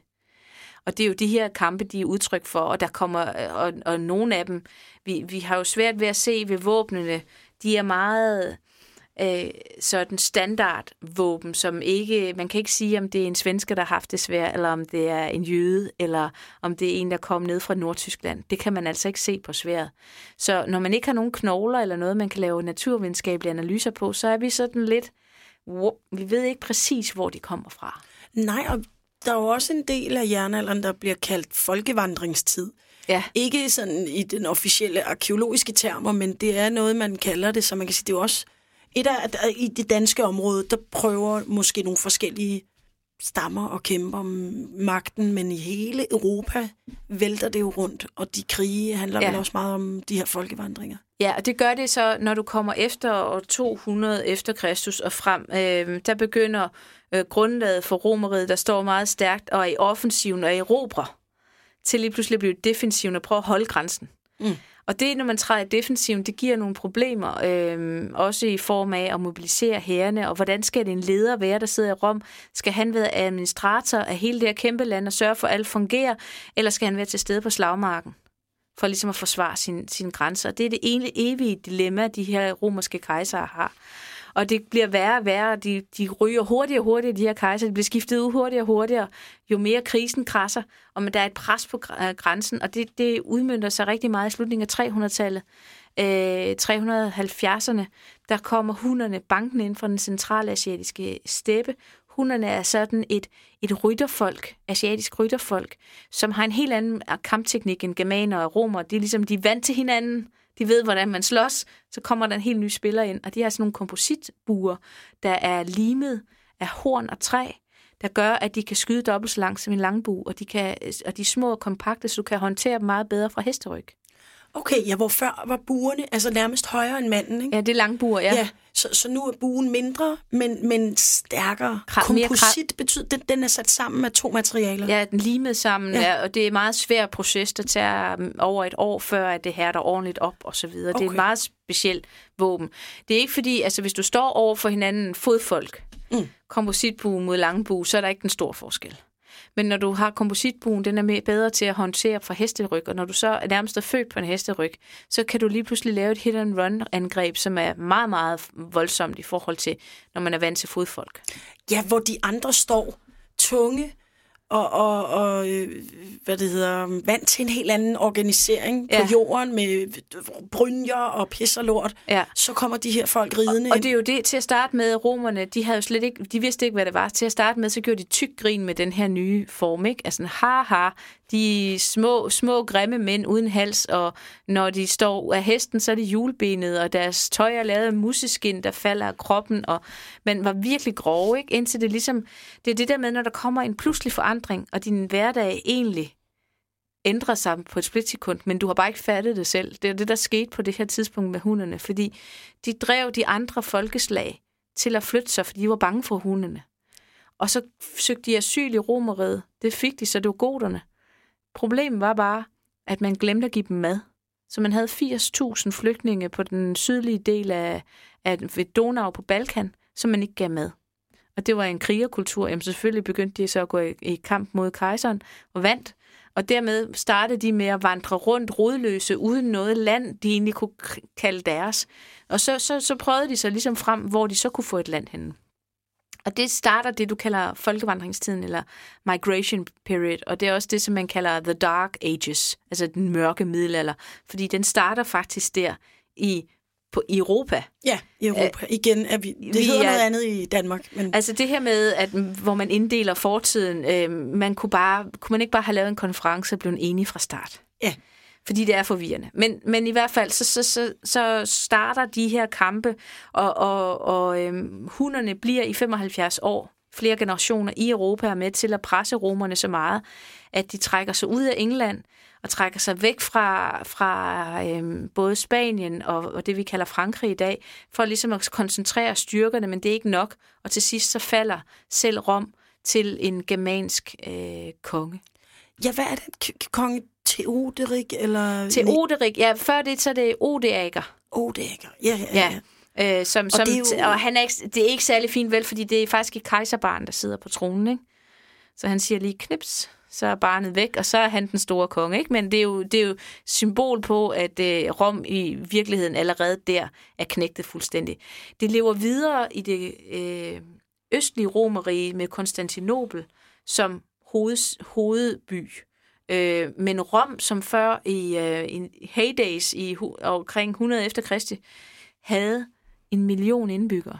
Og det er jo de her kampe, de er udtryk for, og der kommer, og, og nogle af dem, vi, vi har jo svært ved at se ved våbnene, de er meget... Øh, sådan standardvåben, som ikke, man kan ikke sige, om det er en svensker, der har haft det svært, eller om det er en jøde, eller om det er en, der kom ned fra Nordtyskland. Det kan man altså ikke se på sværdet. Så når man ikke har nogen knogler, eller noget, man kan lave naturvidenskabelige analyser på, så er vi sådan lidt, wow, vi ved ikke præcis, hvor de kommer fra. Nej, og der er jo også en del af jernalderen, der bliver kaldt folkevandringstid. Ja. Ikke sådan i den officielle arkeologiske termer, men det er noget, man kalder det, så man kan sige, det er også et af, i det danske område, der prøver måske nogle forskellige stammer og kæmper om magten, men i hele Europa vælter det jo rundt, og de krige handler ja. vel også meget om de her folkevandringer. Ja, og det gør det så, når du kommer efter år to hundrede efter Kristus og frem. Øh, der begynder øh, grundlaget for Romeriet, der står meget stærkt, og i offensiven og erobre, til lige pludselig blive defensiven og prøve at holde grænsen. Mm. Og det, når man træder i defensiven, det giver nogle problemer, øh, også i form af at mobilisere hærene, og hvordan skal det en leder være, der sidder i Rom? Skal han være administrator af hele det her kæmpe land og sørge for, at alt fungerer, eller skal han være til stede på slagmarken, for ligesom at forsvare sine, sine grænser? Det er det ene evige dilemma, de her romerske kejsere har. Og det bliver værre og værre, de, de ryger hurtigere og hurtigere, de her kejser, de bliver skiftet ud hurtigere og hurtigere, jo mere krisen krasser, og der er et pres på grænsen, og det, det udmønter sig rigtig meget i slutningen af tre hundrede-tallet. Øh, tre hundrede og halvfjerdserne, der kommer hunderne bankende ind fra den centralasiatiske steppe. Hunderne er sådan et, et rytterfolk, asiatisk rytterfolk, som har en helt anden kampteknik end germaner og romer. De er ligesom, de er vant til hinanden. De ved, hvordan man slås. Så kommer der en helt ny spiller ind, og de har sådan nogle kompositbuer, der er limet af horn og træ. der gør, at de kan skyde dobbelt så langt som en langbue, og de, kan, og de er små og kompakte, så du kan håndtere dem meget bedre fra hesteryg. Okay, ja, hvor før var buerne altså nærmest højere end manden, ikke? Ja, det er langbuer, ja. ja så, så nu er buen mindre, men, men stærkere. Kram, Komposit betyder, den, den er sat sammen af to materialer. Ja, den limet sammen, ja. Ja, og det er en meget svær proces, der tager over et år, før at det hærder ordentligt op og så videre. Okay. Det er et meget specielt våben. Det er ikke fordi, altså hvis du står over for hinanden fodfolk, mm. kompositbue mod langbue, så er der ikke en stor forskel. Men når du har kompositbuen, den er bedre til at håndtere fra hesteryg, og når du så er nærmest er født på en hesteryg, så kan du lige pludselig lave et hit-and-run-angreb, som er meget, meget voldsomt i forhold til, når man er vant til fodfolk. Ja, hvor de andre står tunge og, og, og hvad det hedder, vant til en helt anden organisering ja. På jorden med brynjer og pis og lort. Ja. Så kommer de her folk ridende. Og, og det er jo det, til at starte med, romerne, de havde jo slet ikke, de vidste ikke, hvad det var. Til at starte med, så gjorde de tyk grin med den her nye form, ikke? Altså, haha, de små, små grimme mænd uden hals, og når de står af hesten, så er det hjulbenet, og deres tøj er lavet af museskin, der falder af kroppen, og man var virkelig grove, ikke? Indtil det ligesom, det er det der med, når der kommer en pludselig forandring, og din hverdag egentlig ændrer sig på et splitsekund, men du har bare ikke fattet det selv. Det er det, der skete på det her tidspunkt med hunderne, fordi de drev de andre folkeslag til at flytte sig, fordi de var bange for hundene. Og så søgte de asyl i Romerriget. Det fik de, så det var goterne. Problemet var bare, at man glemte at give dem mad. Så man havde firs tusind flygtninge på den sydlige del af, af ved Donau på Balkan, som man ikke gav mad. Og det var en krigerkultur. Jamen selvfølgelig begyndte de så at gå i, i kamp mod kejseren og vandt. Og dermed startede de med at vandre rundt rodløse uden noget land, de egentlig kunne kalde deres. Og så, så, så prøvede de sig ligesom frem, hvor de så kunne få et land henne. Og det starter det, du kalder folkevandringstiden, eller migration period, og det er også det, som man kalder the dark ages, altså den mørke middelalder, fordi den starter faktisk der i, på, i Europa. Ja, i Europa. Æ, Igen er vi, det vi hedder er, noget andet i Danmark. Men... Altså det her med, at hvor man inddeler fortiden, øh, man kunne, bare, kunne man ikke bare have lavet en konference og blive enig fra start? Ja. Fordi det er forvirrende. Men, men i hvert fald, så, så, så, så starter de her kampe, og, og, og øhm, hunderne bliver i femoghalvfjerds år, flere generationer i Europa er med til at presse romerne så meget, at de trækker sig ud af England, og trækker sig væk fra, fra øhm, både Spanien og, og det, vi kalder Frankrig i dag, for ligesom at koncentrere styrkerne, men det er ikke nok. Og til sidst så falder selv Rom til en germansk øh, konge. Ja, hvad er det? K- konge Theoderik, eller... Theoderik, ja. Før det, så er det Odoaker. Odoaker, ja, ja, ja. ja. Øh, som, og som, det er jo... og han er ikke, det er ikke særlig fint, vel, fordi det er faktisk et kejserbarn, der sidder på tronen, ikke? Så han siger lige knips, så er barnet væk, og så er han den store konge, ikke? Men det er jo, det er jo symbol på, at øh, Rom i virkeligheden allerede der er knægtet fuldstændig. Det lever videre i det øh, østlige Romerrige med Konstantinopel som hoved, hovedby. Øh, men Rom, som før i, øh, i heydays i hu- omkring hundrede efter Kristi, havde en million indbyggere,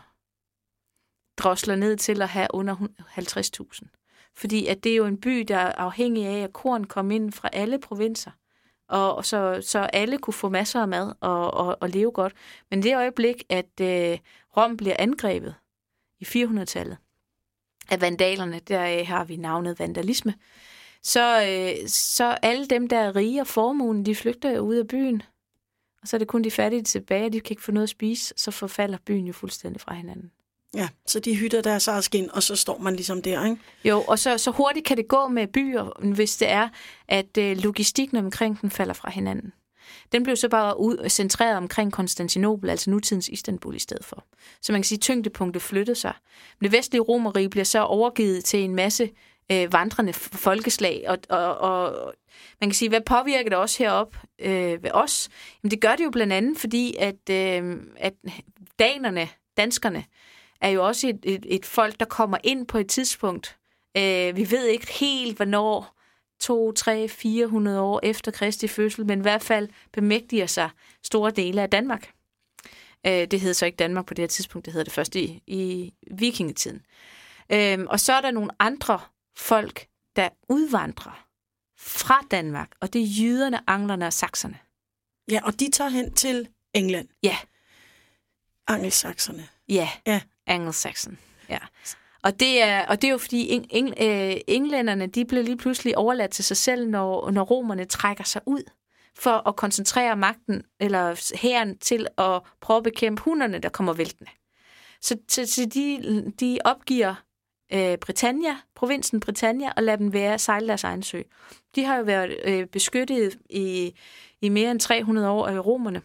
drosler ned til at have under halvtreds tusind. Fordi at det er jo en by, der er afhængig af, at korn kom ind fra alle provinser, og så, så alle kunne få masser af mad og, og, og leve godt. Men det øjeblik, at øh, Rom bliver angrebet i firehundredetallet af vandalerne, der har vi navnet vandalisme, Så, øh, så alle dem, der er rige og formuen, de flygter ud af byen. Og så er det kun de fattige tilbage, og de kan ikke få noget at spise, så forfalder byen jo fuldstændig fra hinanden. Ja, så de hytter deres eget skin, og så står man ligesom der, ikke? Jo, og så, så hurtigt kan det gå med byer, hvis det er, at øh, logistikken omkring den falder fra hinanden. Den blev så bare ud, centreret omkring Konstantinopel, altså nutidens Istanbul i stedet for. Så man kan sige, at tyngdepunktet flyttede sig. Men det vestlige Romerrige bliver så overgivet til en masse øh, vandrende folkeslag, og, og, og man kan sige, hvad påvirker det også heroppe øh, ved os? Jamen, det gør det jo blandt andet, fordi at, øh, at danerne, danskerne, er jo også et, et, et folk, der kommer ind på et tidspunkt. Øh, vi ved ikke helt, hvornår, to, tre, fire hundrede år efter Kristi fødsel, men i hvert fald bemægtiger sig store dele af Danmark. Øh, det hed så ikke Danmark på det her tidspunkt, det hedder det først i, i vikingetiden. Øh, og så er der nogle andre folk, der udvandrer fra Danmark, og det er jyderne, anglerne og sakserne. Ja, og de tager hen til England. Ja. Angelsakserne. Ja, ja. Angelsaksen. Ja. Og det er, og det er jo fordi eng, eng, øh, englænderne, de blev lige pludselig overladt til sig selv, når, når romerne trækker sig ud for at koncentrere magten eller hæren til at prøve at bekæmpe hunderne, der kommer væltende. Så, så, så de, de opgiver øh, Britannia, provinsen Britannia, og lader dem være sejle deres egen sø. De har jo været øh, beskyttet i, i mere end tre hundrede år af romerne.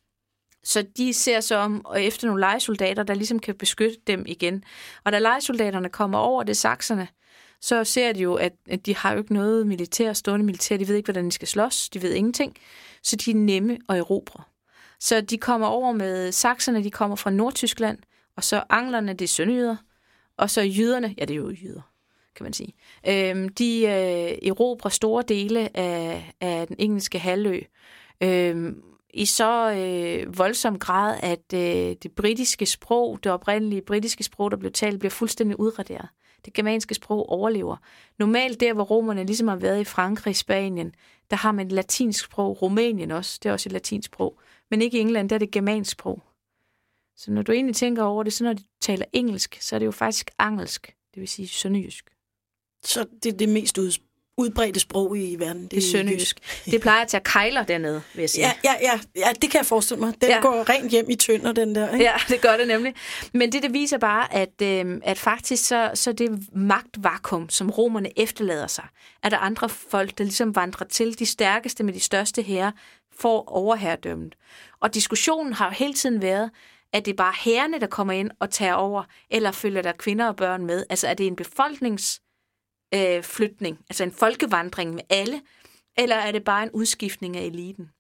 Så de ser så om og efter nogle lejesoldater, der ligesom kan beskytte dem igen. Og da lejesoldaterne kommer over, det sakserne, så ser de jo, at, at de har jo ikke noget militær, stående militær. De ved ikke, hvordan de skal slås. De ved ingenting. Så de er nemme at erobre. Så de kommer over med sakserne, de kommer fra Nordtyskland, og så anglerne, det er sønderjyder, og så jyderne, ja, det er jo jyder, kan man sige. Øhm, de øh, erobrer store dele af, af den engelske halvø. Øhm, i så øh, voldsom grad, at øh, det britiske sprog, det oprindelige britiske sprog, der blev talt, bliver fuldstændig udraderet. Det germanske sprog overlever. Normalt der, hvor romerne ligesom har været i Frankrig, Spanien, der har man et latinsk sprog. Rumænien også, det er også et latinsk sprog. Men ikke i England, der er det germansk sprog. Så når du egentlig tænker over det, så når de taler engelsk, så er det jo faktisk engelsk, det vil sige sønderjysk. Så det er det mest ud, udbredte sprog i verden. Det, det er sønderjysk. Det plejer at tage kejler dernede, vil jeg sige. Ja, ja, ja, ja, det kan jeg forestille mig. Den ja. går rent hjem i tønder, den der. Ikke? Ja, det gør det nemlig. Men det, det viser bare, at, øh, at faktisk så, så det magtvakuum, som romerne efterlader sig, er der andre folk, der ligesom vandrer til. De stærkeste med de største hære får overherredømmet. Og diskussionen har jo hele tiden været, at det er bare hærene, der kommer ind og tager over, eller følger der kvinder og børn med. Altså er det en befolkningsflytning, øh, altså en folkevandring med alle, eller er det bare en udskiftning af eliten?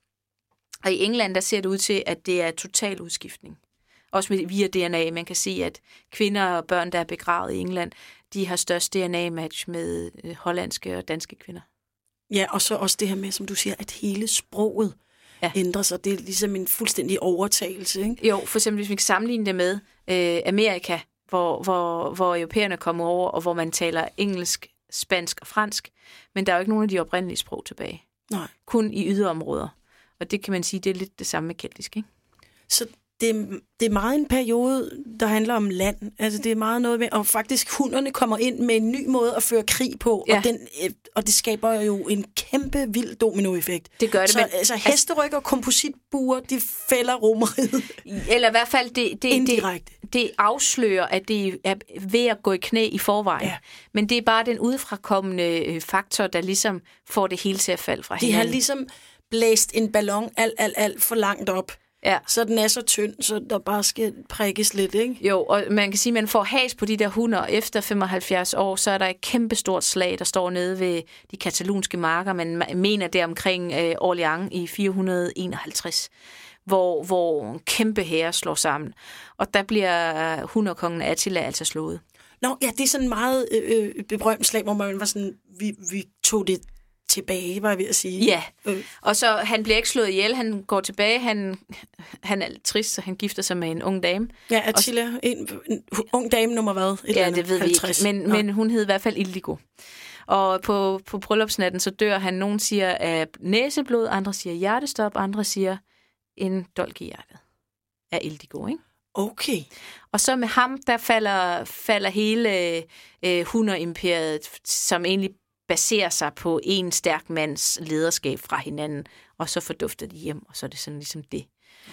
Og i England, der ser det ud til, at det er total udskiftning. Også med, via D N A. Man kan se, at kvinder og børn, der er begravet i England, de har størst D N A-match med øh, hollandske og danske kvinder. Ja, og så også det her med, som du siger, at hele sproget ja. ændrer sig. Det er ligesom en fuldstændig overtagelse, ikke? Jo, for eksempel hvis vi kan sammenligne det med øh, Amerika, hvor, hvor, hvor europæerne kommer over, og hvor man taler engelsk, spansk og fransk, men der er jo ikke nogen af de oprindelige sprog tilbage. Nej. Kun i yderområder. Og det kan man sige, det er lidt det samme med keltisk, ikke? Så det, det er meget en periode, der handler om land. Altså det er meget noget med, og faktisk hunderne kommer ind med en ny måde at føre krig på, ja. og, den, og det skaber jo en kæmpe vild dominoeffekt. Det gør det. Så men, altså hesteryg og kompositbuer, de fælder romeriet. Eller i hvert fald, det, det, indirekte. Det, det afslører, at det er ved at gå i knæ i forvejen. Ja. Men det er bare den udefrakommende faktor, der ligesom får det hele til at falde fra hinanden. De har ligesom blæst en ballon alt, alt, alt for langt op. Ja. Så den er så tynd, så der bare skal prikkes lidt, ikke? Jo, og man kan sige, at man får has på de der hunder. Efter femoghalvfjerds år, så er der et kæmpestort slag, der står nede ved de katalonske marker. Man mener det omkring øh, Orléans i fire hundrede enoghalvtreds, hvor, hvor en kæmpe hære slår sammen. Og der bliver hunderkongen Attila altså slået. Nå, ja, det er sådan meget øh, bebrømt slag, hvor man var sådan, vi, vi tog det tilbage, var jeg ved at sige. Ja, øh. og så han bliver ikke slået ihjel, han går tilbage, han, han er lidt trist, så han gifter sig med en ung dame. Ja, Attila, og, en, en ung dame nummer hvad? Et ja, det ved halvtreds. Vi ikke, men, men hun hed i hvert fald Ildigo. Og på, på bryllupsnatten, så dør han, nogen siger af næseblod, andre siger hjertestop, andre siger en dolk i hjertet af Ildigo, ikke? Okay. Og så med ham, der falder, falder hele øh, hunderimperiet, som egentlig baserer sig på en stærk mands lederskab fra hinanden, og så fordufter de hjem, og så er det sådan ligesom det.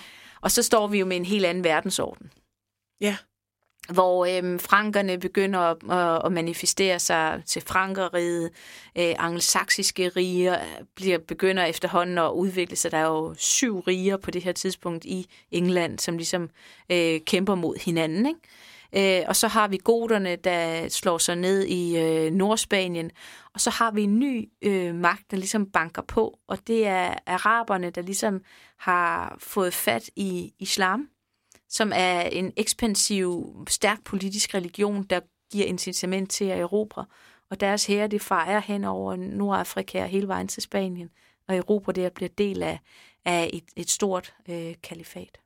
Og så står vi jo med en helt anden verdensorden. Ja. Hvor øhm, frankerne begynder at, at, at manifestere sig til Frankeriget. Øh, angelsaksiske riger bliver, begynder efterhånden at udvikle sig. Der er jo syv riger på det her tidspunkt i England, som ligesom øh, kæmper mod hinanden, ikke? Øh, og så har vi goterne, der slår sig ned i øh, Nordspanien. Og så har vi en ny øh, magt, der ligesom banker på. Og det er araberne, der ligesom har fået fat i islam, som er en ekspansiv, stærk politisk religion, der giver incitament til at erobre. Og deres hære, det fejrer hen over Nordafrika og hele vejen til Spanien. Og Europa, det bliver del af, af et, et stort øh, kalifat.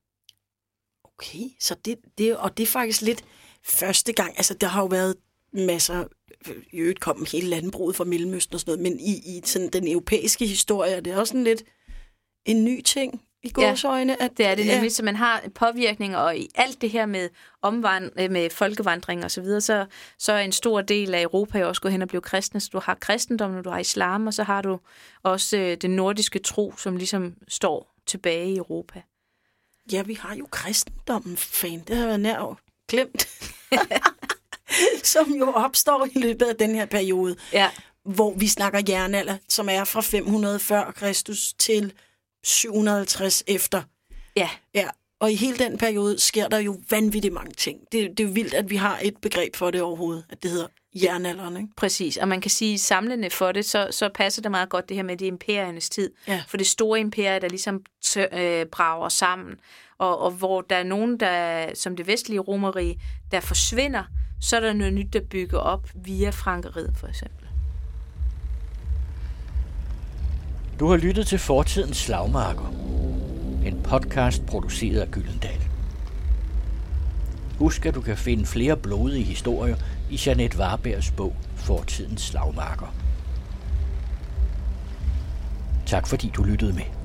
Okay, så det, det, og det er faktisk lidt første gang, altså der har jo været masser, i øvrigt kom hele landbruget fra Mellemøsten og sådan noget, men i, i sådan den europæiske historie, er det også sådan lidt en ny ting, i gåseøjne. Ja, at, det er det nemlig, ja. så man har påvirkninger, og i alt det her med omvand- med folkevandring og så videre, så, så er en stor del af Europa jo også gået hen og blevet kristne. Så du har kristendommen, du har islam, og så har du også øh, den nordiske tro, som ligesom står tilbage i Europa. Ja, vi har jo kristendommen, fan. Det har været nær glemt. Som jo opstår i løbet af den her periode, ja. hvor vi snakker jernalder, som er fra fem hundrede før Kristus til syv hundrede og halvtreds efter. Ja. Ja. Og i hele den periode sker der jo vanvittigt mange ting. Det, det er jo vildt, at vi har et begreb for det overhovedet, at det hedder jernalderen, ikke? Præcis, og man kan sige, samlende for det, så, så passer det meget godt det her med det imperiernes tid. Ja. For det store imperie, der ligesom tør, øh, brager sammen, og, og hvor der er nogen, der, som det vestlige romerige, der forsvinder, så er der noget nyt, der bygger op via Frankeriget for eksempel. Du har lyttet til Fortidens Slagmarker, en podcast produceret af Gyldendal. Husk, at du kan finde flere blodige historier i Jeanette Varbergs bog Fortidens Slagmarker. Tak fordi du lyttede med.